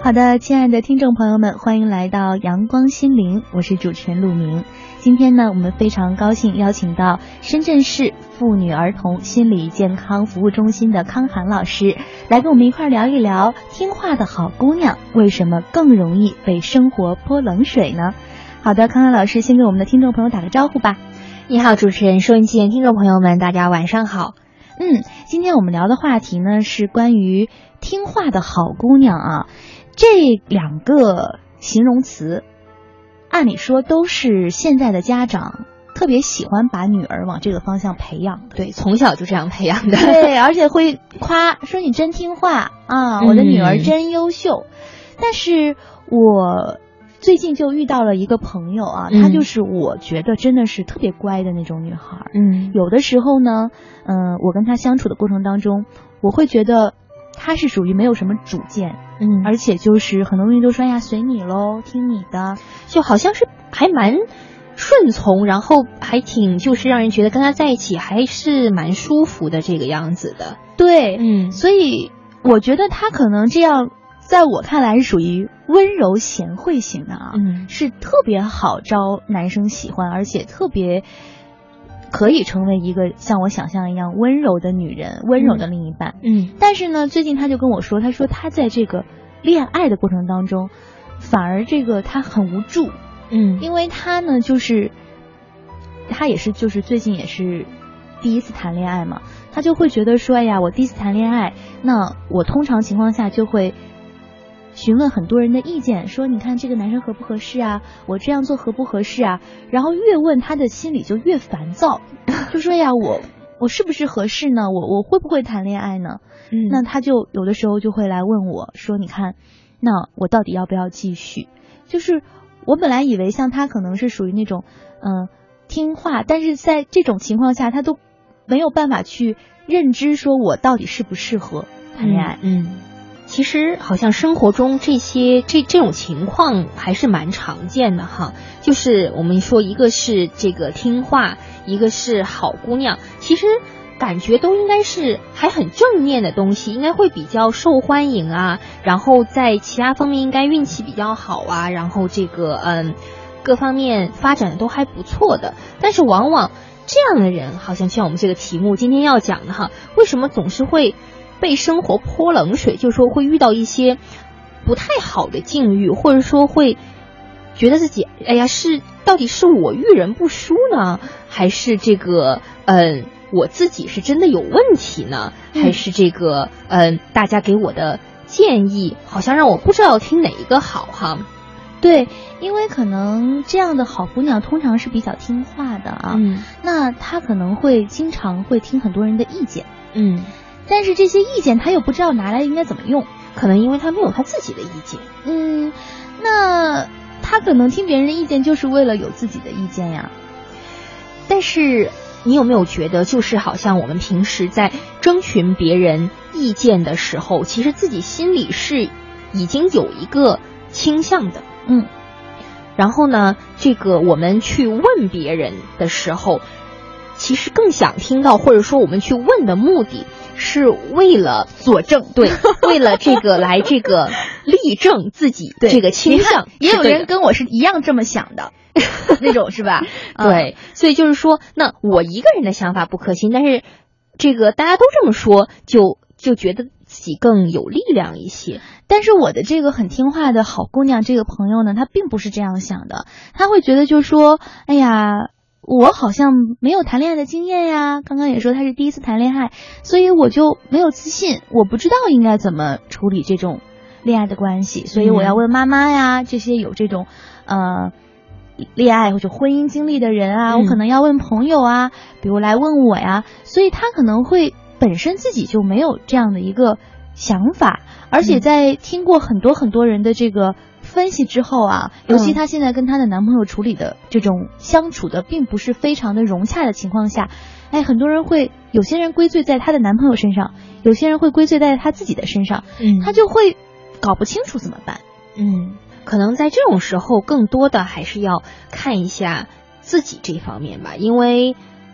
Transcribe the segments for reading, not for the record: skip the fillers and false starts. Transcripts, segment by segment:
好的，亲爱的听众朋友们，欢迎来到阳光心灵，我是主持人陆明。今天呢，我们非常高兴邀请到深圳市妇女儿童心理健康服务中心的康涵老师，来跟我们一块聊一聊听话的好姑娘为什么更容易被生活泼冷水呢？好的，康涵老师先给我们的听众朋友打个招呼吧。 你好，主持人，收音机前听众朋友们，大家晚上好。 今天我们聊的话题呢是关于听话的好姑娘啊。这两个形容词按理说都是现在的家长特别喜欢把女儿往这个方向培养的。 对，从小就这样培养的。 对，而且会夸说你真听话啊，我的女儿真优秀。但是我最近就遇到了一个朋友啊，她就是我觉得真的是特别乖的那种女孩。有的时候呢，我跟她相处的过程当中，我会觉得她是属于没有什么主见，而且就是很多东西都说呀随你咯，听你的， 就好像是还蛮顺从，然后还挺就是让人觉得跟她在一起还是蛮舒服的这个样子的。 对，所以我觉得她可能这样在我看来是属于温柔贤惠型的啊，是特别好招男生喜欢，而且特别可以成为一个像我想象一样温柔的女人，温柔的另一半。但是呢，最近他就跟我说，他说他在这个恋爱的过程当中，反而这个他很无助。因为他呢，就是他也是就是最近也是第一次谈恋爱嘛，他就会觉得说，哎呀，我第一次谈恋爱，那我通常情况下就会询问很多人的意见，说你看这个男生合不合适啊，我这样做合不合适啊，然后越问他的心里就越烦躁，就说呀我是不是合适呢，我会不会谈恋爱呢？那他就有的时候就会来问我说，你看那我到底要不要继续？就是我本来以为像他可能是属于那种听话，但是在这种情况下他都没有办法去认知说我到底适不适合谈恋爱。 其实好像生活中这种情况还是蛮常见的哈，就是我们说一个是这个听话，一个是好姑娘，其实感觉都应该是还很正面的东西，应该会比较受欢迎啊，然后在其他方面应该运气比较好啊，然后这个各方面发展的都还不错的。但是往往这样的人，好像像我们这个题目今天要讲的哈，为什么总是会被生活泼冷水，就是说会遇到一些不太好的境遇，或者说会觉得自己哎呀到底是我遇人不淑呢，还是这个我自己是真的有问题呢，还是这个大家给我的建议好像让我不知道听哪一个好哈。 对，因为可能这样的好姑娘通常是比较听话的啊，那她可能会经常会听很多人的意见，但是这些意见他又不知道拿来应该怎么用， 可能因为他没有他自己的意见。 那他可能听别人的意见就是为了有自己的意见呀。 但是你有没有觉得，就是好像我们平时在征询别人意见的时候，其实自己心里是已经有一个倾向的。然后呢，这个我们去问别人的时候，其实更想听到，或者说我们去问的目的是为了佐证， 对，为了这个来这个例证自己这个倾向。 也有人跟我是一样这么想的那种是吧？ 对，所以就是说，那我一个人的想法不可信，但是这个大家都这么说，就觉得自己更有力量一些。 但是我的这个很听话的好姑娘这个朋友呢，她并不是这样想的，她会觉得就是说，哎呀，我好像没有谈恋爱的经验呀，刚刚也说她是第一次谈恋爱，所以我就没有自信，我不知道应该怎么处理这种恋爱的关系，所以我要问妈妈呀，这些有这种恋爱或者婚姻经历的人啊，我可能要问朋友啊，比如来问我呀，所以她可能会本身自己就没有这样的一个想法，而且在听过很多很多人的这个分析之后啊，尤其她现在跟她的男朋友处理的这种相处的并不是非常的融洽的情况下，很多人会有些人归罪在她的男朋友身上，有些人会归罪在她自己的身上，她就会搞不清楚怎么办。 可能在这种时候更多的还是要看一下自己这方面吧，因为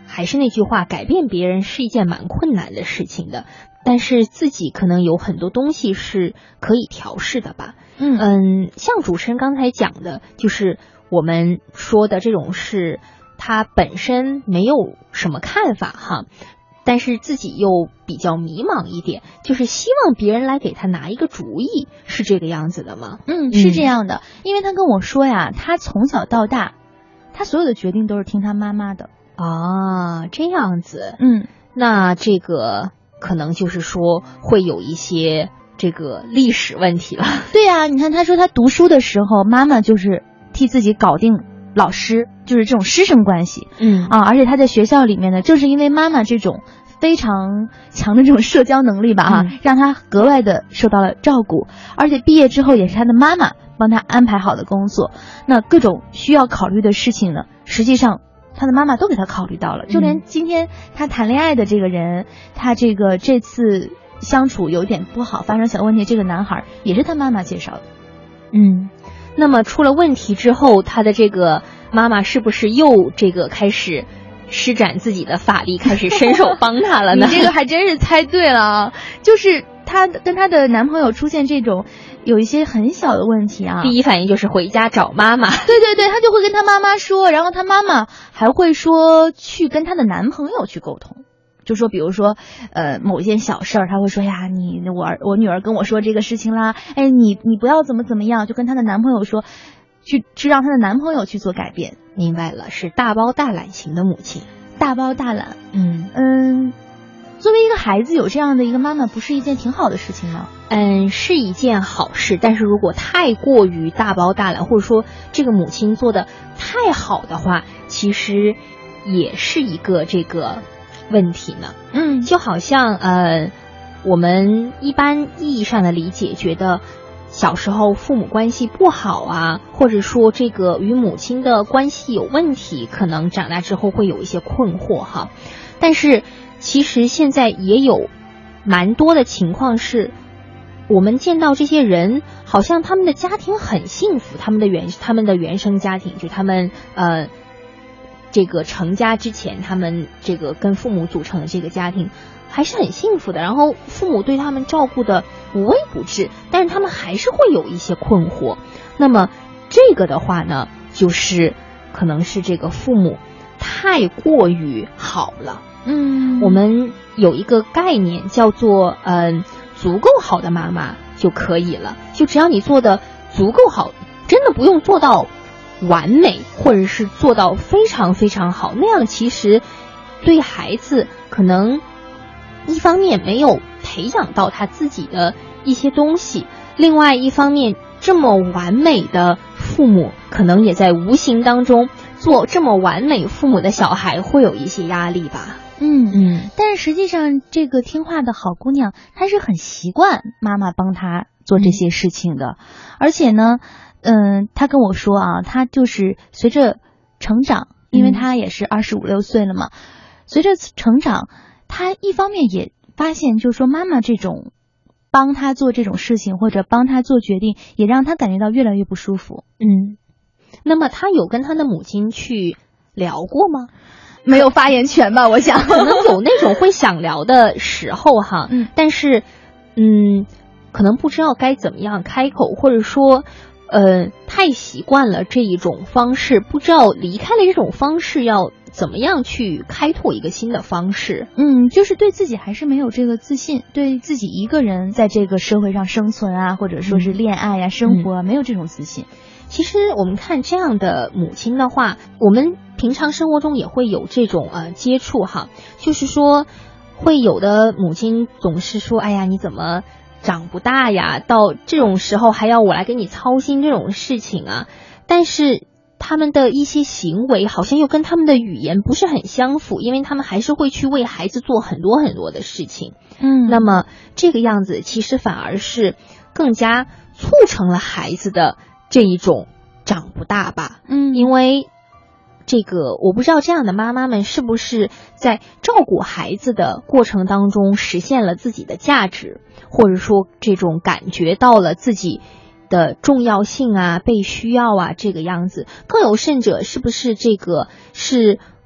还是那句话，改变别人是一件蛮困难的事情的，但是自己可能有很多东西是可以调试的吧。像主持人刚才讲的，就是我们说的这种事，他本身没有什么看法哈，但是自己又比较迷茫一点，就是希望别人来给他拿一个主意，是这个样子的吗？ 是这样的，因为他跟我说呀，他从小到大，他所有的决定都是听他妈妈的。 啊，这样子。那这个可能就是说会有一些这个历史问题了。 对啊，你看他说他读书的时候，妈妈就是替自己搞定老师，就是这种师生关系。而且他在学校里面呢，正是因为妈妈这种非常强的这种社交能力吧，让他格外的受到了照顾，而且毕业之后也是他的妈妈帮他安排好的工作。那各种需要考虑的事情呢，实际上他的妈妈都给他考虑到了，就连今天他谈恋爱的这个人，他这次相处有点不好，发生小问题，这个男孩也是他妈妈介绍的。 那么出了问题之后，他的这个妈妈是不是又这个开始施展自己的法力，开始伸手帮他了呢？ 你这个还真是猜对了啊！就是他跟他的男朋友出现这种有一些很小的问题啊， 第一反应就是回家找妈妈。 对对对，他就会跟他妈妈说，然后他妈妈还会说去跟他的男朋友去沟通，就说比如说某一件小事儿，他会说呀，我女儿跟我说这个事情啦，哎，你不要怎么样，就跟他的男朋友说，去让他的男朋友去做改变。 明白了，是大包大揽型的母亲。 大包大揽。作为一个孩子有这样的一个妈妈，不是一件挺好的事情吗？ 是一件好事，但是如果太过于大包大揽，或者说这个母亲做的太好的话，其实也是一个这个问题呢。就好像我们一般意义上的理解，觉得小时候父母关系不好啊，或者说这个与母亲的关系有问题，可能长大之后会有一些困惑哈。但是其实现在也有蛮多的情况是，我们见到这些人好像他们的家庭很幸福，他们的原生家庭，就他们这个成家之前，他们这个跟父母组成的这个家庭还是很幸福的，然后父母对他们照顾的无微不至，但是他们还是会有一些困惑。那么这个的话呢，就是可能是这个父母太过于好了。我们有一个概念叫做足够好的妈妈就可以了，就只要你做的足够好，真的不用做到完美，或者是做到非常非常好，那样其实对孩子可能一方面没有培养到他自己的一些东西，另外一方面这么完美的父母可能也在无形当中做这么完美父母的小孩会有一些压力吧。 但是实际上这个听话的好姑娘她是很习惯妈妈帮她做这些事情的，而且呢她跟我说啊，她就是随着成长，因为她也是25、26岁了嘛，随着成长她一方面也发现就是说妈妈这种帮她做这种事情或者帮她做决定，也让她感觉到越来越不舒服。 那么她有跟她的母亲去聊过吗？ 没有发言权吧，我想可能有那种会想聊的时候哈，但是可能不知道该怎么样开口，或者说太习惯了这一种方式，不知道离开了这种方式要怎么样去开拓一个新的方式。 就是对自己还是没有这个自信，对自己一个人在这个社会上生存啊，或者说是恋爱啊、生活啊，没有这种自信。 其实我们看这样的母亲的话，我们平常生活中也会有这种接触哈，就是说会有的母亲总是说，哎呀，你怎么长不大呀，到这种时候还要我来给你操心这种事情啊，但是他们的一些行为好像又跟他们的语言不是很相符，因为他们还是会去为孩子做很多很多的事情。那么这个样子其实反而是更加促成了孩子的这一种长不大吧。因为这个我不知道这样的妈妈们是不是在照顾孩子的过程当中实现了自己的价值，或者说这种感觉到了自己的重要性啊，被需要啊，这个样子。更有甚者，是不是这个是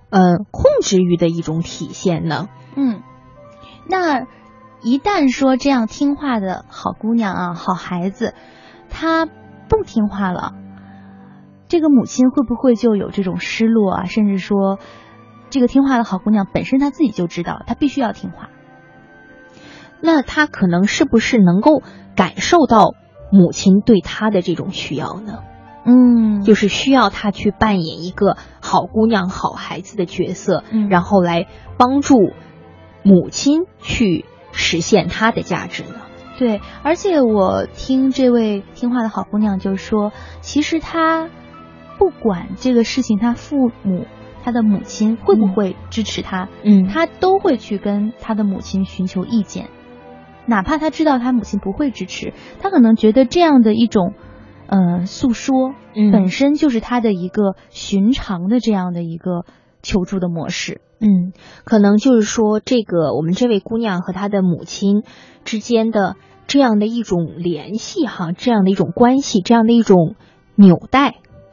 控制欲的一种体现呢？ 那一旦说这样听话的好姑娘啊，好孩子，她不听话了，这个母亲会不会就有这种失落啊？甚至说，这个听话的好姑娘本身她自己就知道，她必须要听话。 那她可能是不是能够感受到母亲对她的这种需要呢？就是需要她去扮演一个好姑娘、好孩子的角色，然后来帮助母亲去实现她的价值呢？ 对，而且我听这位听话的好姑娘就说，其实她不管这个事情，她父母、她的母亲会不会支持她，她都会去跟她的母亲寻求意见，哪怕她知道她母亲不会支持，她可能觉得这样的一种诉说，本身就是她的一个寻常的这样的一个求助的模式。 可能就是说，这个我们这位姑娘和她的母亲之间的这样的一种联系哈，这样的一种关系，这样的一种纽带，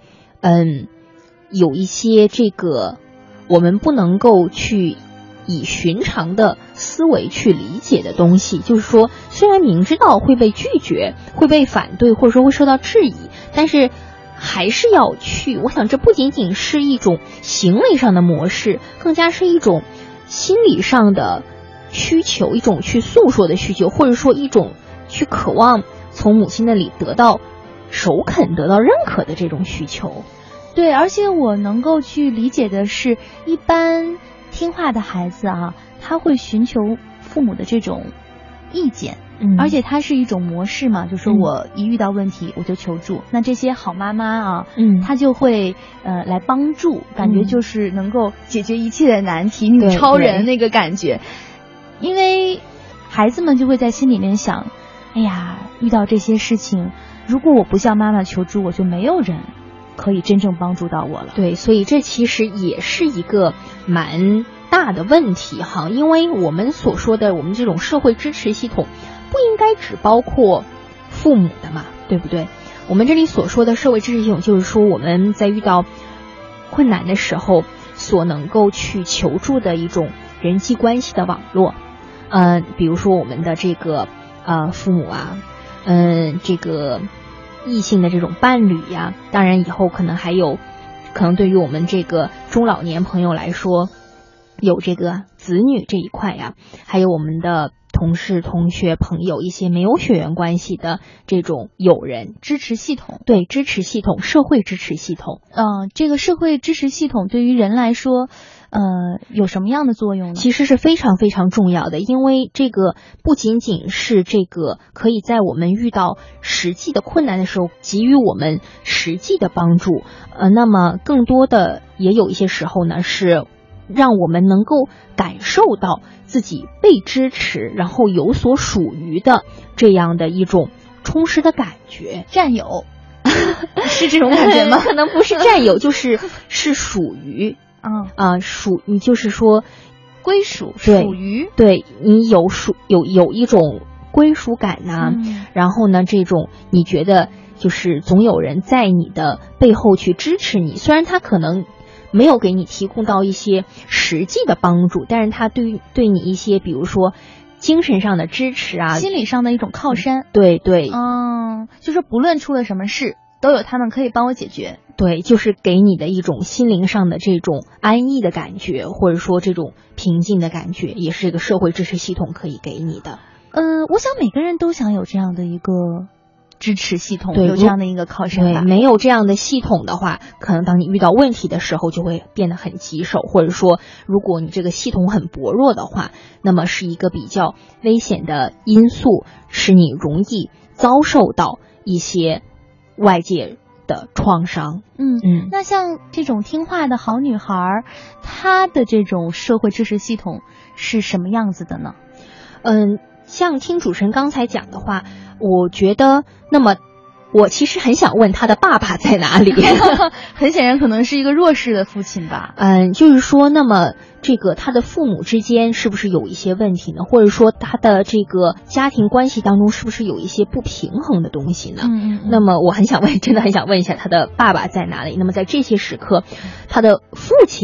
有一些这个我们不能够去以寻常的思维去理解的东西。就是说，虽然明知道会被拒绝、会被反对，或者说会受到质疑，但是还是要去，我想这不仅仅是一种行为上的模式，更加是一种心理上的需求，一种去诉说的需求，或者说一种去渴望从母亲那里得到首肯、得到认可的这种需求。 对，而且我能够去理解的是，一般听话的孩子啊，他会寻求父母的这种意见，而且它是一种模式嘛，就是说我一遇到问题我就求助，那这些好妈妈啊，她就会来帮助，感觉就是能够解决一切的难题，女超人那个感觉。因为孩子们就会在心里面想，哎呀，遇到这些事情，如果我不向妈妈求助，我就没有人可以真正帮助到我了。 对，所以这其实也是一个蛮大的问题哈，因为我们所说的我们这种社会支持系统不应该只包括父母的嘛，对不对？我们这里所说的社会支持系统，就是说我们在遇到困难的时候所能够去求助的一种人际关系的网络。比如说我们的这个父母啊，这个异性的这种伴侣呀，当然以后可能还有，可能对于我们这个中老年朋友来说，有这个子女这一块呀，还有我们的同事、同学、朋友，一些没有血缘关系的这种友人支持系统。 对，支持系统，社会支持系统。 这个社会支持系统对于人来说有什么样的作用呢？ 其实是非常非常重要的，因为这个不仅仅是这个可以在我们遇到实际的困难的时候给予我们实际的帮助，那么更多的也有一些时候呢，是让我们能够感受到自己被支持，然后有所属于的这样的一种充实的感觉。 占有是这种感觉吗？ 可能不是占有，就是属于。你就是说归属，属于， 对，你有一种归属感呐，然后呢，这种你觉得就是总有人在你的背后去支持你，虽然他可能没有给你提供到一些实际的帮助，但是他对你一些比如说精神上的支持啊， 心理上的一种靠山。 对对， 就是不论出了什么事，都有他们可以帮我解决。 对，就是给你的一种心灵上的这种安逸的感觉，或者说这种平静的感觉，也是这个社会支持系统可以给你的。 我想每个人都想有这样的一个支持系统，有这样的一个靠山吧。 对，没有这样的系统的话，可能当你遇到问题的时候就会变得很棘手，或者说如果你这个系统很薄弱的话，那么是一个比较危险的因素，使你容易遭受到一些外界的创伤。 那像这种听话的好女孩，她的这种社会支持系统是什么样子的呢？ 像听主持人刚才讲的话，我觉得那么我其实很想问他的爸爸在哪里。 很显然可能是一个弱势的父亲吧。 就是说那么这个他的父母之间是不是有一些问题呢？或者说他的这个家庭关系当中是不是有一些不平衡的东西呢？那么我真的很想问一下他的爸爸在哪里。那么在这些时刻，他的父亲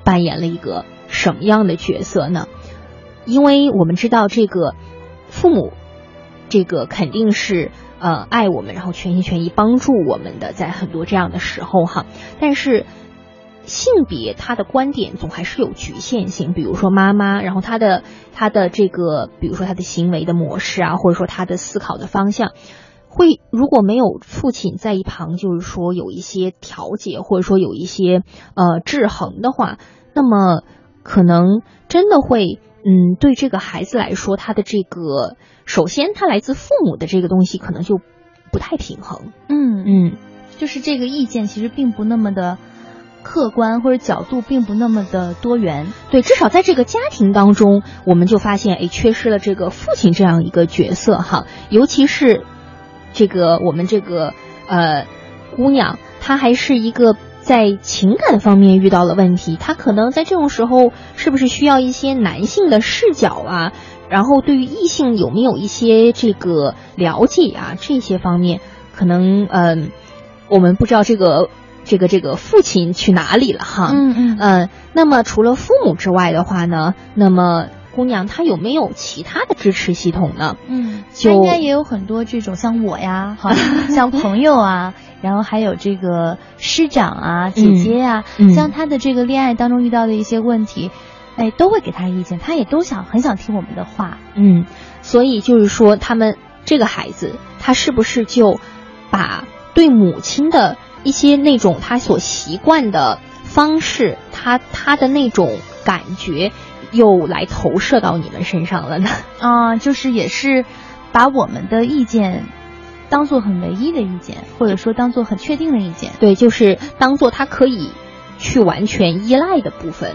扮演了一个什么样的角色呢？因为我们知道这个父母，这个肯定是爱我们，然后全心全意帮助我们的，在很多这样的时候哈。但是性别它的观点总还是有局限性，比如说妈妈，然后她的这个，比如说她的行为的模式啊，或者说她的思考的方向，如果没有父亲在一旁，就是说有一些调节，或者说有一些制衡的话，那么可能真的会对这个孩子来说，他的这个首先他来自父母的这个东西可能就不太平衡。 就是这个意见其实并不那么的客观，或者角度并不那么的多元。 对，至少在这个家庭当中，我们就发现缺失了这个父亲这样一个角色哈，尤其是这个我们这个姑娘，她还是一个在情感方面遇到了问题，她可能在这种时候是不是需要一些男性的视角啊，然后对于异性有没有一些这个了解啊，这些方面可能我们不知道这个父亲去哪里了哈。那么除了父母之外的话呢，那么姑娘她有没有其他的支持系统呢？ 她应该也有很多这种像我呀，像朋友啊，然后还有这个师长啊、姐姐啊，像她的这个恋爱当中遇到的一些问题，都会给她意见，她也都很想听我们的话。 所以就是说，他们这个孩子，他是不是就把对母亲的一些那种他所习惯的方式，他的那种感觉又来投射到你们身上了呢？ 就是也是把我们的意见当做很唯一的意见，或者说当做很确定的意见。 对，就是当做他可以去完全依赖的部分。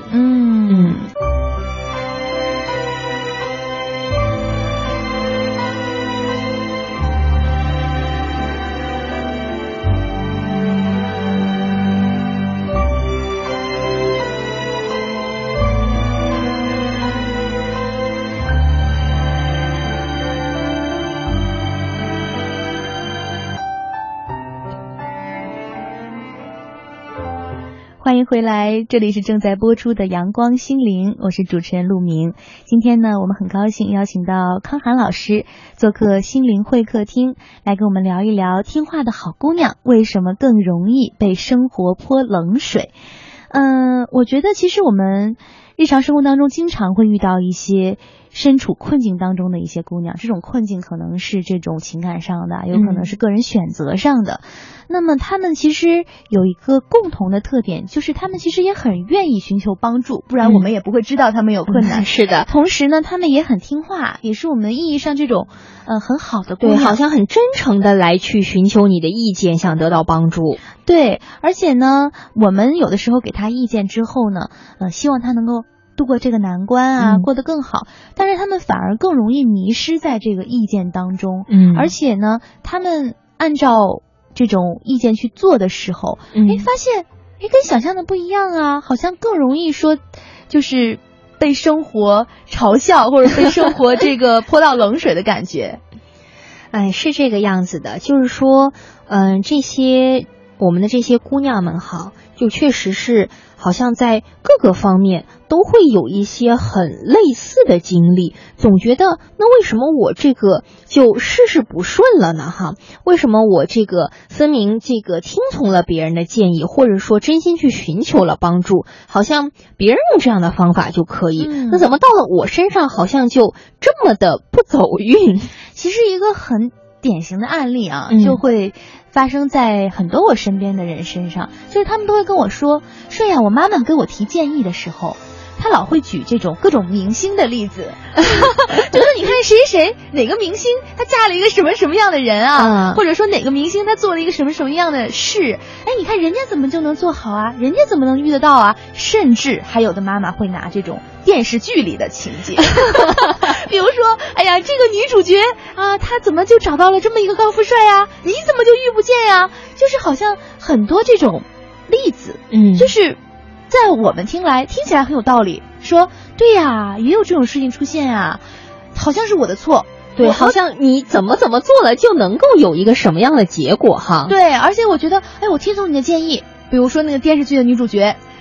欢迎回来，这里是正在播出的阳光心灵，我是主持人陆明。今天呢，我们很高兴邀请到康涵老师做客心灵会客厅，来跟我们聊一聊听话的好姑娘为什么更容易被生活泼冷水。我觉得其实我们日常生活当中经常会遇到一些身处困境当中的一些姑娘，这种困境可能是这种情感上的，有可能是个人选择上的。那么她们其实有一个共同的特点，就是她们其实也很愿意寻求帮助，不然我们也不会知道她们有困难。 是的。 同时呢，她们也很听话，也是我们意义上这种很好的姑娘。 对，好像很真诚的来去寻求你的意见，想得到帮助。 对，而且呢，我们有的时候给她意见之后呢，希望她能够度过这个难关啊，过得更好，但是他们反而更容易迷失在这个意见当中。而且呢，他们按照这种意见去做的时候，发现跟想象的不一样啊，好像更容易说就是被生活嘲笑，或者被生活这个泼到冷水的感觉。 是这个样子的，就是说这些我们的这些姑娘们哈，就确实是好像在各个方面都会有一些很类似的经历，总觉得那为什么我这个就事事不顺了呢哈？为什么我这个分明这个听从了别人的建议，或者说真心去寻求了帮助，好像别人用这样的方法就可以，那怎么到了我身上好像就这么的不走运？ 其实一个很典型的案例啊，就会发生在很多我身边的人身上，就是他们都会跟我说呀，我妈妈给我提建议的时候，她老会举这种各种明星的例子，就说你看谁谁哪个明星她嫁了一个什么什么样的人啊，或者说哪个明星她做了一个什么什么样的事，你看人家怎么就能做好啊，人家怎么能遇得到啊，甚至还有的妈妈会拿这种电视剧里的情节比如说这个女主角啊，她怎么就找到了这么一个高富帅啊，你怎么就遇不见呀，就是好像很多这种例子，就是在我们听起来很有道理，说对呀，也有这种事情出现啊，好像是我的错， 对，好像你怎么做了就能够有一个什么样的结果哈。 对，而且我觉得我听从你的建议，比如说那个电视剧的女主角，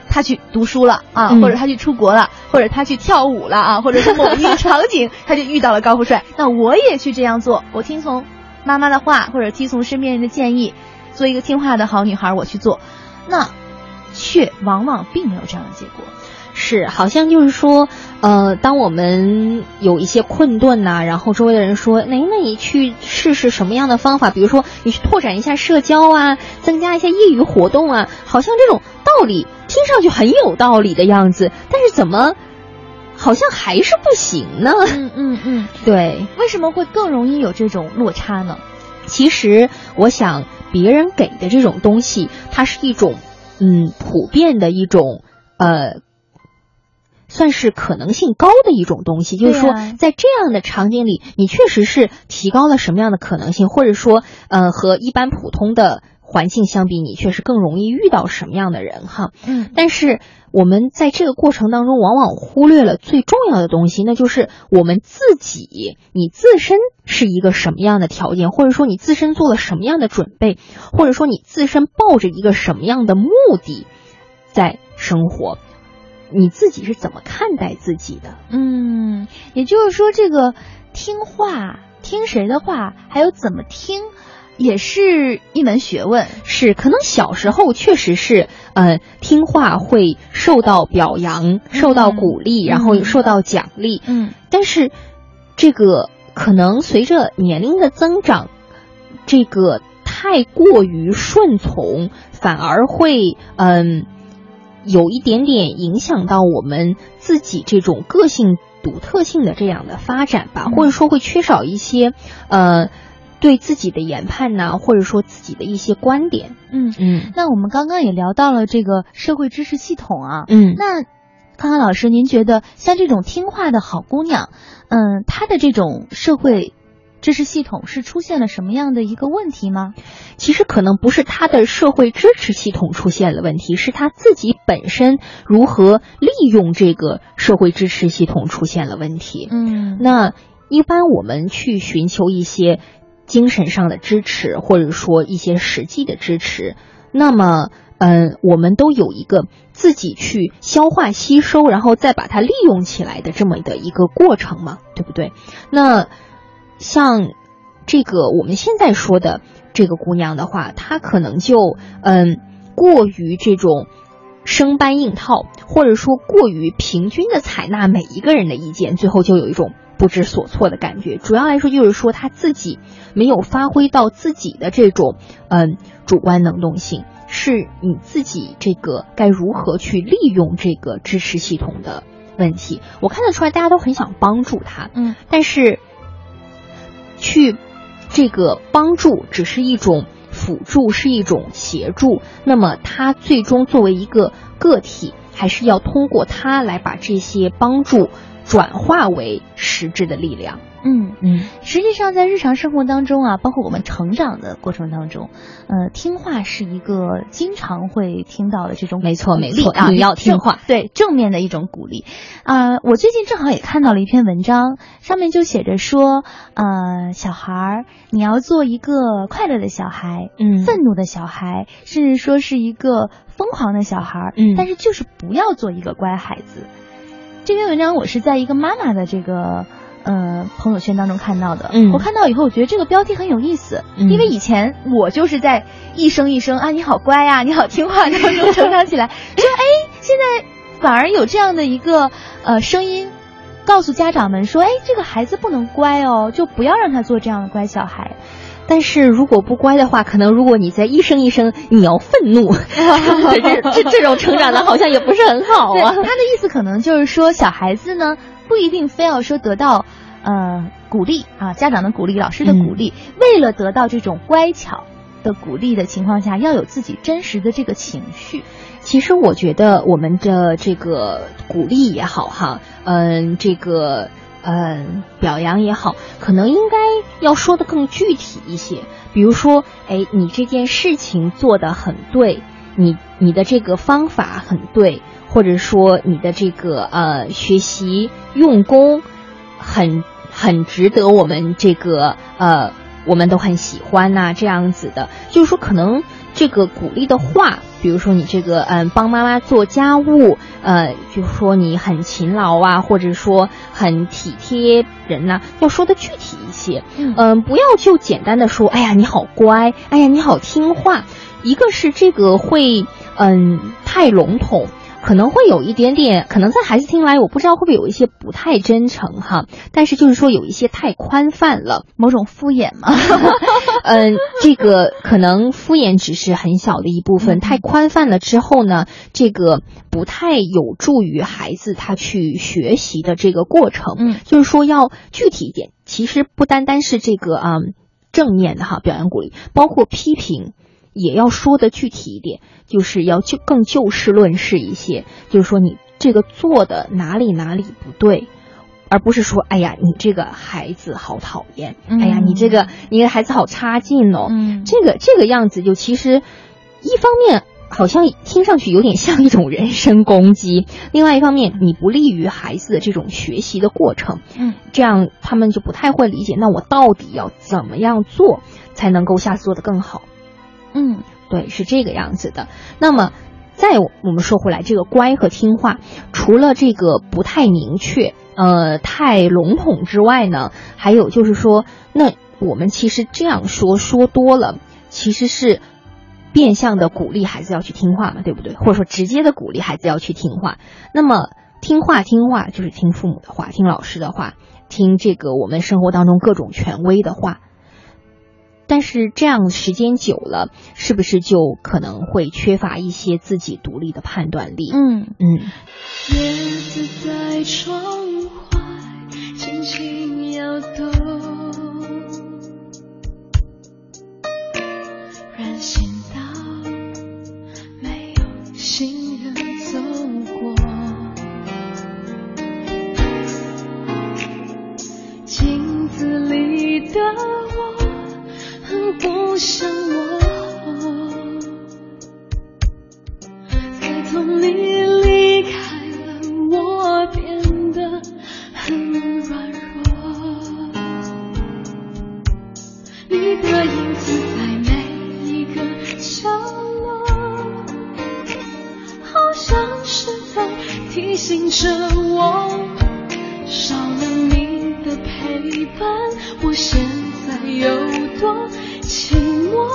他去读书了啊，或者他去出国了，或者他去跳舞了啊，或者是某一个场景他就遇到了高富帅，那我也去这样做，我听从妈妈的话，或者听从身边人的建议，做一个听话的好女孩，我去做，那却往往并没有这样的结果。 是，好像就是说，当我们有一些困顿呐，然后周围的人说，那你去试试什么样的方法，比如说你去拓展一下社交啊，增加一下业余活动啊，好像这种道理听上去很有道理的样子，但是怎么好像还是不行呢？对， 为什么会更容易有这种落差呢？ 其实我想别人给的这种东西，它是一种普遍的一种算是可能性高的一种东西，就是说在这样的场景里，你确实是提高了什么样的可能性，或者说和一般普通的环境相比，你确实更容易遇到什么样的人哈。但是我们在这个过程当中往往忽略了最重要的东西，那就是我们自己，你自身是一个什么样的条件，或者说你自身做了什么样的准备，或者说你自身抱着一个什么样的目的在生活，你自己是怎么看待自己的？ 也就是说，这个听话，听谁的话，还有怎么听，也是一门学问。 是，可能小时候确实是，听话会受到表扬，受到鼓励，然后受到奖励。但是这个可能随着年龄的增长，这个太过于顺从，反而会有一点点影响到我们自己这种个性独特性的这样的发展吧，或者说会缺少一些对自己的研判呐，或者说自己的一些观点。 那我们刚刚也聊到了这个社会支持系统啊，那康康老师，您觉得像这种听话的好姑娘，她的这种社会支持系统是出现了什么样的一个问题吗？ 其实可能不是他的社会支持系统出现了问题，是他自己本身如何利用这个社会支持系统出现了问题。那一般我们去寻求一些精神上的支持，或者说一些实际的支持，那么我们都有一个自己去消化吸收，然后再把它利用起来的这么的一个过程嘛，对不对？那像这个我们现在说的这个姑娘的话，她可能就过于这种生搬硬套，或者说过于平均的采纳每一个人的意见，最后就有一种不知所措的感觉。主要来说就是说她自己没有发挥到自己的这种主观能动性，是你自己这个该如何去利用这个支持系统的问题。我看得出来大家都很想帮助她，但是去这个帮助只是一种辅助，是一种协助，那么他最终作为一个个体，还是要通过他来把这些帮助转化为实质的力量。 实际上在日常生活当中啊，包括我们成长的过程当中，听话是一个经常会听到的这种没错鼓励啊， 你要听话， 对，正面的一种鼓励我最近正好也看到了一篇文章，上面就写着说小孩你要做一个快乐的小孩，愤怒的小孩，甚至说是一个疯狂的小孩，但是就是不要做一个乖孩子。这篇文章我是在一个妈妈的这个朋友圈当中看到的，我看到以后我觉得这个标题很有意思，因为以前我就是在一声一声啊你好乖啊你好听话当中成长起来，说现在反而有这样的一个声音告诉家长们说这个孩子不能乖哦，就不要让他做这样的乖小孩。 但是如果不乖的话，可能如果你在一声一声你要愤怒这种成长的好像也不是很好啊。 他的意思可能就是说小孩子呢不一定非要说得到鼓励啊，家长的鼓励，老师的鼓励，为了得到这种乖巧的鼓励的情况下，要有自己真实的这个情绪。 其实我觉得我们的这个鼓励也好哈，这个表扬也好，可能应该要说的更具体一些。比如说你这件事情做得很对，你的这个方法很对，或者说你的这个学习用功很值得我们这个我们都很喜欢呐，这样子的。就是说可能这个鼓励的话比如说你这个帮妈妈做家务，就是说你很勤劳啊，或者说很体贴人呐，要说的具体一些。不要就简单的说，哎呀你好乖，哎呀你好听话。一个是这个会太笼统，可能会有一点点，可能在孩子听来，我不知道会不会有一些不太真诚哈，但是就是说有一些太宽泛了， 某种敷衍嘛。 这个可能敷衍只是很小的一部分，太宽泛了之后呢，这个不太有助于孩子他去学习的这个过程。就是说要具体一点，其实不单单是这个正面的哈表扬鼓励，包括批评也要说的具体一点，就是要更就事论事一些，就是说你这个做的哪里不对，而不是说哎呀你这个孩子好讨厌，哎呀你的孩子好差劲哦。这个样子就其实一方面好像听上去有点像一种人身攻击，另外一方面你不利于孩子的这种学习的过程。这样他们就不太会理解，那我到底要怎么样做才能够下次做得更好。对，是这个样子的。那么再我们说回来，这个乖和听话，除了这个不太明确太笼统之外呢，还有就是说，那我们其实这样说多了，其实是变相的鼓励孩子要去听话嘛，对不对？或者说直接的鼓励孩子要去听话。那么听话就是听父母的话，听老师的话，听这个我们生活当中各种权威的话。但是这样时间久了，是不是就可能会缺乏一些自己独立的判断力？ 叶子在窗外轻轻摇动，人行道没有行人走过，镜子里的我很不像我，自从你离开了，我变得很软弱。你的影子在每一个角落，好像是在提醒着我，少了你的陪伴，我现在有多寂寞。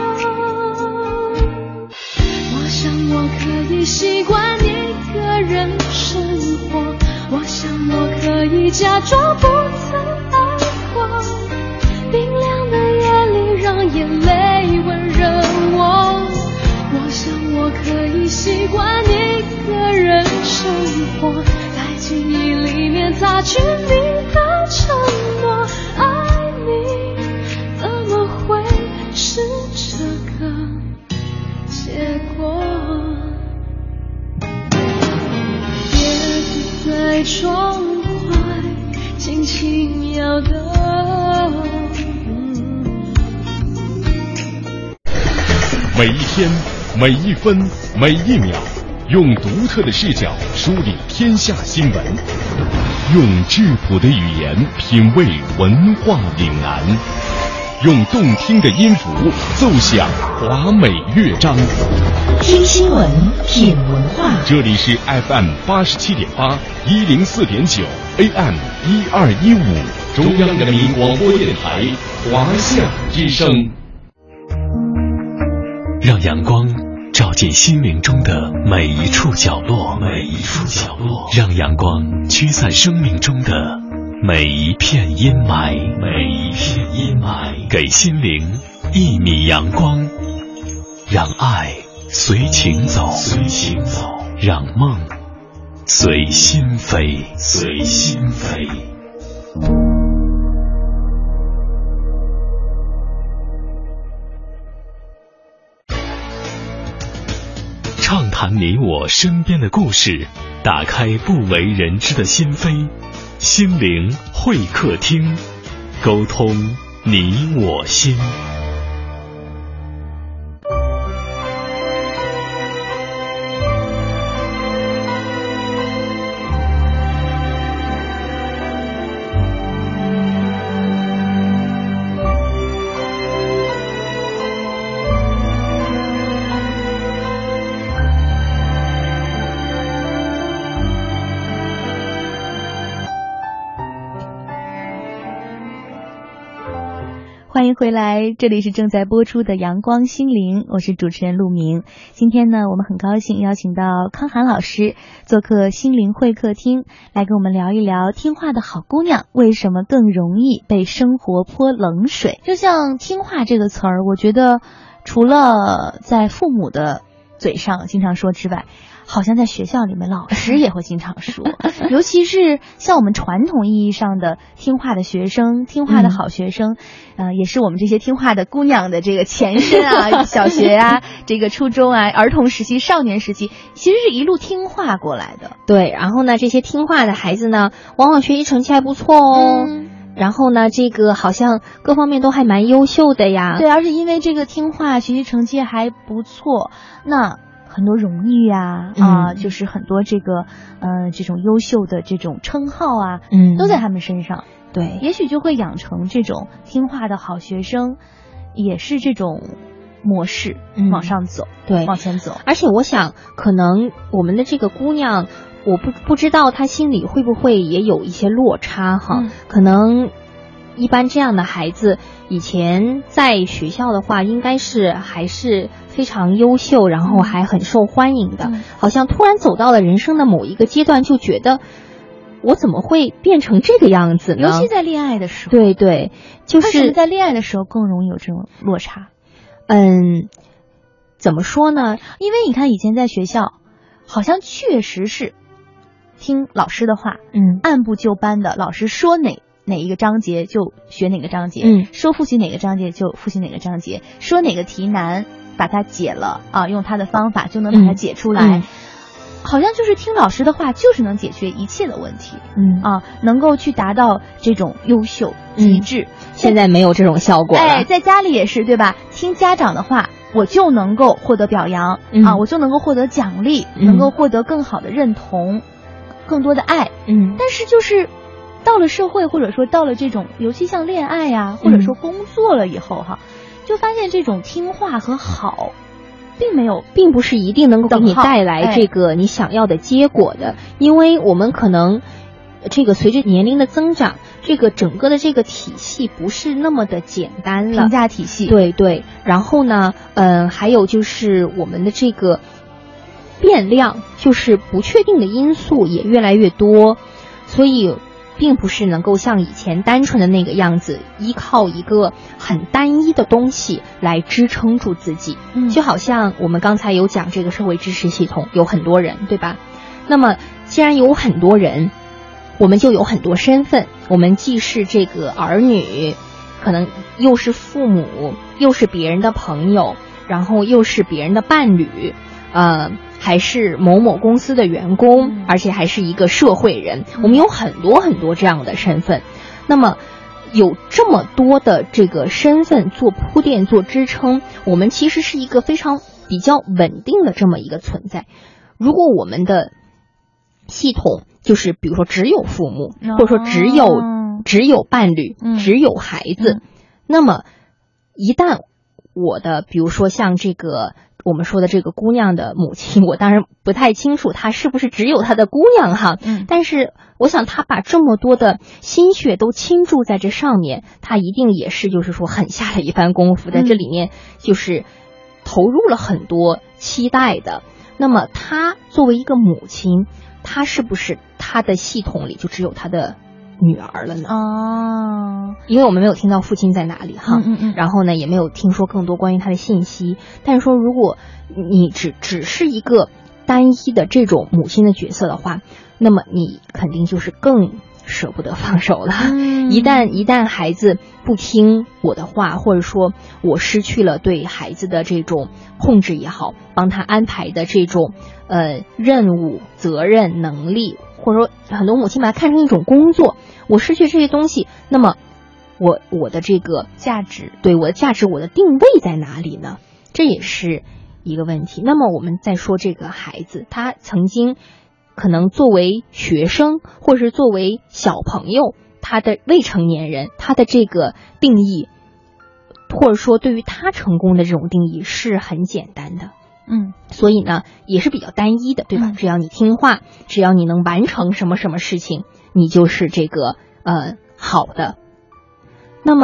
我想我可以习惯一个人生活，我想我可以假装不曾爱过，冰凉的夜里让眼泪温热我，我想我可以习惯一个人生活，在记忆里面擦去你的承诺，爱你怎么会是这个结果？叶子在窗外轻轻摇动， 每一天，每一分，每一秒，用独特的视角梳理天下新闻，用质朴的语言品味文化岭南，用动听的音符奏响华美乐章。 听新闻，品文化。 这里是 FM87.8 104.9 AM 1215中央人民广播电台华夏之声。 让阳光照进心灵中的每一处角落，让阳光驱散生命中的每一片阴霾，给心灵1米阳光，让爱随情走，让梦随心飞。畅谈你我身边的故事，打开不为人知的心扉，心灵会客厅，沟通你我心。 欢迎回来，这里是正在播出的阳光心灵，我是主持人陆明。今天呢，我们很高兴邀请到康涵老师做客心灵会客厅，来跟我们聊一聊听话的好姑娘为什么更容易被生活泼冷水。就像听话这个词儿，我觉得除了在父母的嘴上经常说之外，好像在学校里面老师也会经常说，尤其是像我们传统意义上的听话的学生，听话的好学生，也是我们这些听话的姑娘的这个前身啊，小学啊，这个初中啊，儿童时期、少年时期，其实是一路听话过来的。 对，然后呢，这些听话的孩子呢，往往学习成绩还不错哦。然后呢，这个好像各方面都还蛮优秀的呀。 对，而且因为这个听话，学习成绩还不错，那很多荣誉啊，就是很多这个这种优秀的这种称号啊，都在他们身上。 对， 也许就会养成这种听话的好学生，也是这种模式往上走， 对， 往前走。 而且我想，可能我们的这个姑娘，我不知道她心里会不会也有一些落差哈，可能。一般这样的孩子，以前在学校的话，应该是还是非常优秀，然后还很受欢迎的。好像突然走到了人生的某一个阶段，就觉得我怎么会变成这个样子呢？ 尤其在恋爱的时候， 对对，就是在恋爱的时候更容易有这种落差。 怎么说呢？ 因为你看以前在学校，好像确实是听老师的话，按部就班的，老师说哪一个章节就学哪个章节，说复习哪个章节就复习哪个章节，说哪个题难把它解了啊，用他的方法就能把它解出来，好像就是听老师的话就是能解决一切的问题，能够去达到这种优秀极致。 现在没有这种效果了。 在家里也是对吧？听家长的话，我就能够获得表扬我就能够获得奖励，能够获得更好的认同，更多的爱。但是就是到了社会，或者说到了这种，尤其像恋爱呀，或者说工作了以后就发现这种听话和好， 并不是一定能够给你带来这个你想要的结果的，因为我们可能这个随着年龄的增长，这个整个的这个体系不是那么的简单了， 评价体系， 对对。然后呢，还有就是我们的这个变量，就是不确定的因素也越来越多，所以并不是能够像以前单纯的那个样子，依靠一个很单一的东西来支撑住自己。就好像我们刚才有讲这个社会支持系统，有很多人，对吧？那么既然有很多人，我们就有很多身份，我们既是这个儿女，可能又是父母，又是别人的朋友，然后又是别人的伴侣，还是某某公司的员工，而且还是一个社会人，我们有很多很多这样的身份。那么有这么多的这个身份做铺垫做支撑，我们其实是一个非常比较稳定的这么一个存在。如果我们的系统就是比如说只有父母，或者说只有伴侣，只有孩子，那么一旦我的比如说像这个我们说的这个姑娘的母亲，我当然不太清楚她是不是只有她的姑娘哈，但是我想她把这么多的心血都倾注在这上面，她一定也是就是说很下了一番功夫，在这里面就是投入了很多期待的。那么她作为一个母亲，她是不是她的系统里就只有她的女儿了呢？因为我们没有听到父亲在哪里哈，然后呢也没有听说更多关于他的信息。但是说如果你只是一个单一的这种母亲的角色的话，那么你肯定就是更舍不得放手了。一旦孩子不听我的话，或者说我失去了对孩子的这种控制也好，帮他安排的这种任务、责任、能力，或者说很多母亲把它看成一种工作，我失去这些东西，那么我的这个价值， 对我的价值，我的定位在哪里呢？这也是一个问题。那么我们再说这个孩子，他曾经可能作为学生，或是作为小朋友，他的未成年人，他的这个定义，或者说对于他成功的这种定义是很简单的。所以呢也是比较单一的，对吧？只要你听话，只要你能完成什么什么事情，你就是这个好的。那么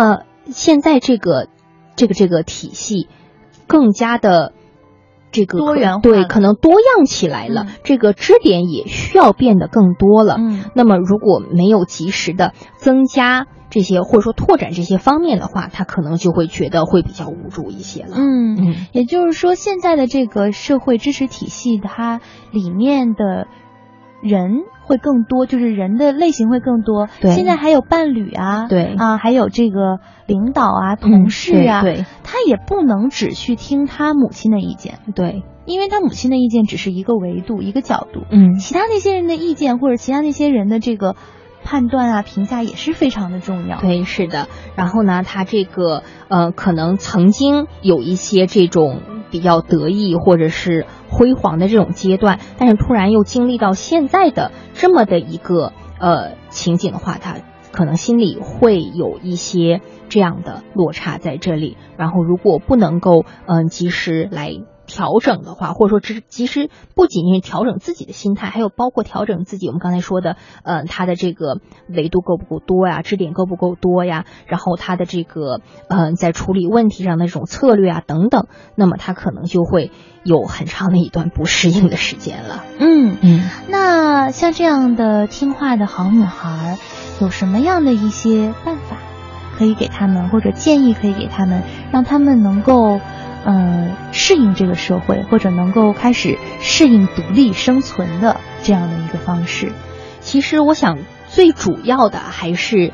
现在这个体系更加的这个多元化， 对，可能多样起来了，这个支点也需要变得更多了。那么如果没有及时的增加这些或者说拓展这些方面的话，他可能就会觉得会比较无助一些了。 也就是说，现在的这个社会支持体系，它里面的人会更多，就是人的类型会更多。 对， 现在还有伴侣啊， 对啊，还有这个领导啊、同事啊， 对， 他也不能只去听他母亲的意见， 对， 因为他母亲的意见只是一个维度、一个角度，其他那些人的意见或者其他那些人的这个判断啊、评价也是非常的重要。 对，是的。然后呢，他这个可能曾经有一些这种比较得意或者是辉煌的这种阶段，但是突然又经历到现在的这么的一个情景的话，他可能心里会有一些这样的落差在这里。然后如果不能够及时来调整的话，或者说其实不仅仅是调整自己的心态，还有包括调整自己我们刚才说的他的这个维度够不够多呀，支点够不够多呀，然后他的这个在处理问题上的这种策略啊等等，那么他可能就会有很长的一段不适应的时间了。 那像这样的听话的好女孩，有什么样的一些办法可以给他们，或者建议可以给他们，让他们能够适应这个社会，或者能够开始适应独立生存的这样的一个方式？ 其实我想最主要的还是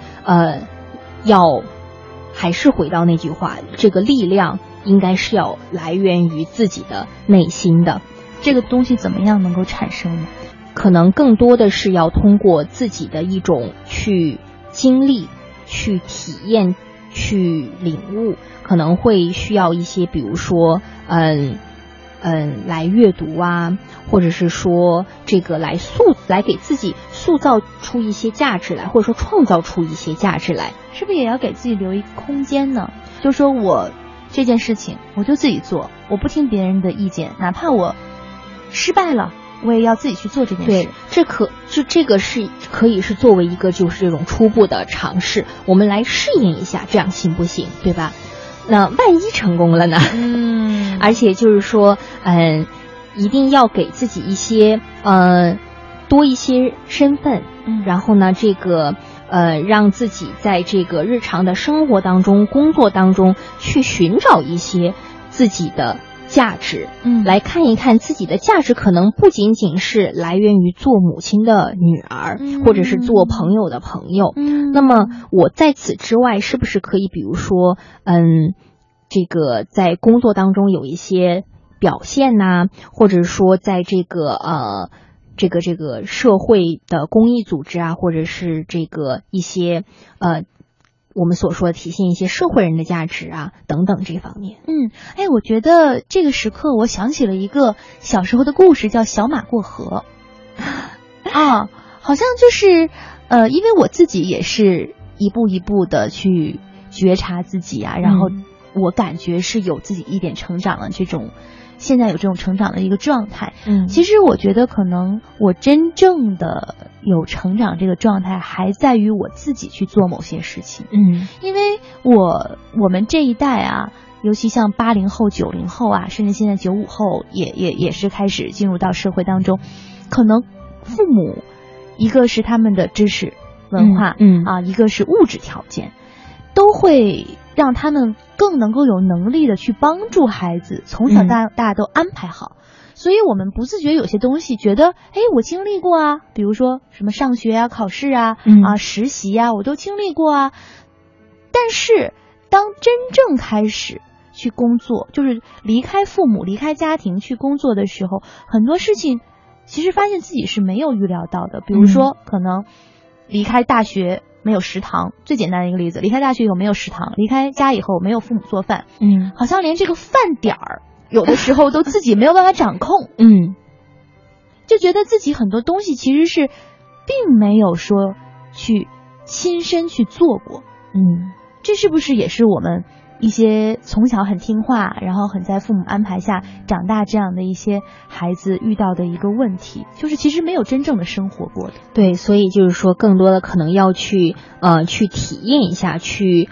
还是回到那句话，这个力量应该是要来源于自己的内心的。 这个东西怎么样能够产生呢？ 可能更多的是要通过自己的一种去经历、去体验、去领悟，可能会需要一些，比如说来阅读啊，或者是说这个来给自己塑造出一些价值来，或者说创造出一些价值来。 是不是也要给自己留一个空间呢？就说我这件事情我就自己做，我不听别人的意见，哪怕我失败了我也要自己去做这件事。 对，这个是可以是作为一个就是这种初步的尝试，我们来适应一下，这样行不行？对吧？那万一成功了呢？而且就是说，一定要给自己一些多一些身份，然后呢，这个让自己在这个日常的生活当中、工作当中去寻找一些自己的价值，来看一看自己的价值可能不仅仅是来源于做母亲的女儿，或者是做朋友的朋友。那么我在此之外，是不是可以比如说这个在工作当中有一些表现呐，或者说在这个这个社会的公益组织啊，或者是这个一些我们所说的体现一些社会人的价值啊等等这方面。 我觉得这个时刻我想起了一个小时候的故事，叫小马过河啊，好像就是因为我自己也是一步一步的去觉察自己啊，然后我感觉是有自己一点成长的这种，现在有这种成长的一个状态。其实我觉得可能我真正的有成长这个状态还在于我自己去做某些事情。因为我们这一代啊，尤其像80后、90后啊，甚至现在95后也是开始进入到社会当中，可能父母一个是他们的知识文化一个是物质条件，都会让他们更能够有能力的去帮助孩子从小到大都安排好。所以我们不自觉有些东西觉得我经历过啊，比如说什么上学啊、考试啊、实习啊，我都经历过啊。但是当真正开始去工作，就是离开父母、离开家庭去工作的时候，很多事情其实发现自己是没有预料到的。比如说可能离开大学没有食堂，最简单的一个例子，离开大学以后没有食堂，离开家以后没有父母做饭，好像连这个饭点儿有的时候都自己没有办法掌控，就觉得自己很多东西其实是并没有说去亲身去做过，这是不是也是我们一些从小很听话，然后很在父母安排下长大这样的一些孩子遇到的一个问题，就是其实没有真正的生活过的。 对，所以就是说更多的可能要去体验一下，去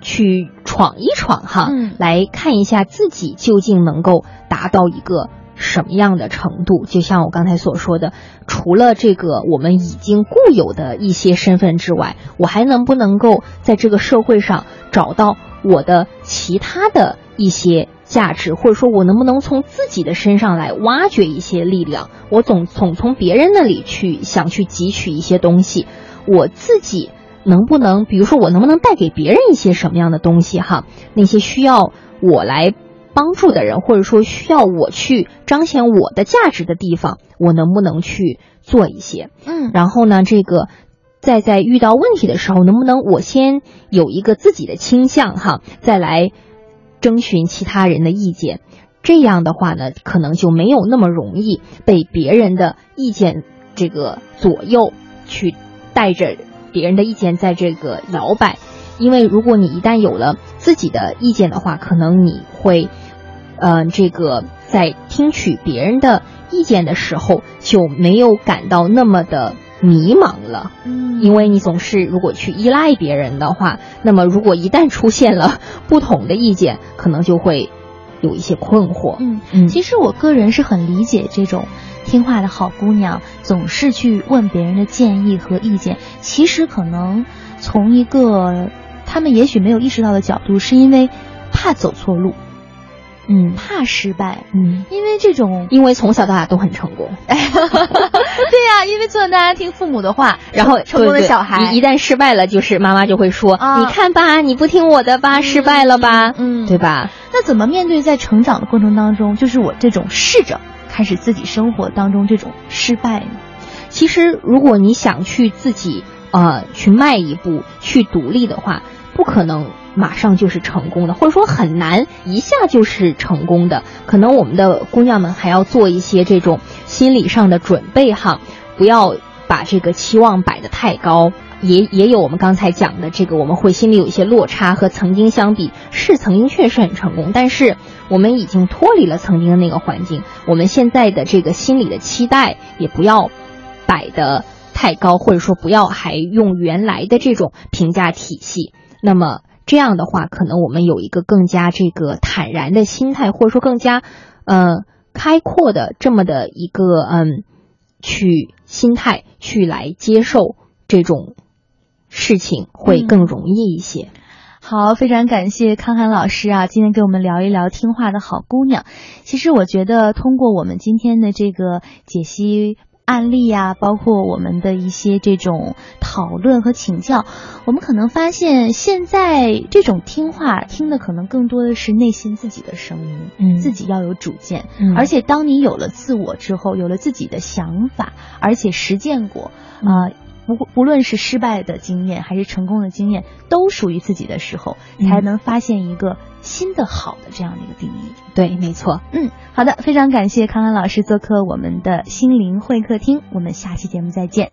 去闯一闯哈，来看一下自己究竟能够达到一个什么样的程度。就像我刚才所说的，除了这个我们已经固有的一些身份之外，我还能不能够在这个社会上找到我的其他的一些价值，或者说我能不能从自己的身上来挖掘一些力量，我总从别人那里想去汲取一些东西，我自己能不能，比如说我能不能带给别人一些什么样的东西哈，那些需要我来帮助的人，或者说需要我去彰显我的价值的地方，我能不能去做一些。然后呢，这个在遇到问题的时候，能不能我先有一个自己的倾向哈，再来征询其他人的意见。这样的话呢，可能就没有那么容易被别人的意见这个左右，去带着别人的意见在这个摇摆。因为如果你一旦有了自己的意见的话，可能你会这个在听取别人的意见的时候就没有感到那么的迷茫了。因为你总是如果去依赖别人的话，那么如果一旦出现了不同的意见，可能就会有一些困惑。 其实我个人是很理解这种听话的好姑娘总是去问别人的建议和意见。其实可能从一个他们也许没有意识到的角度，是因为怕走错路，怕失败，因为从小到大都很成功。 对呀，因为从小到大听父母的话，然后成功的小孩一旦失败了，就是妈妈就会说，你看吧，你不听我的吧，失败了吧，对吧？ 那怎么面对在成长的过程当中，就是我这种试着开始自己生活当中这种失败呢？ 其实如果你想去自己去迈一步去独立的话，不可能马上就是成功的，或者说很难一下就是成功的。可能我们的姑娘们还要做一些这种心理上的准备哈，不要把这个期望摆得太高。也有我们刚才讲的这个，我们会心里有一些落差，和曾经相比，曾经确实很成功，但是我们已经脱离了曾经的那个环境，我们现在的这个心理的期待也不要摆得太高，或者说不要还用原来的这种评价体系。那么这样的话，可能我们有一个更加这个坦然的心态，或者说更加开阔的这么的一个心态去来接受这种事情，会更容易一些。 好，非常感谢康涵老师啊，今天给我们聊一聊听话的好姑娘。其实我觉得通过我们今天的这个解析案例啊，包括我们的一些这种讨论和请教，我们可能发现现在这种听话听的可能更多的是内心自己的声音，自己要有主见，而且当你有了自我之后，有了自己的想法，而且实践过不论是失败的经验还是成功的经验都属于自己的时候，才能发现一个新的好的这样的一个定义。 对，没错。 好的，非常感谢康涵老师做客我们的心灵会客厅，我们下期节目再见。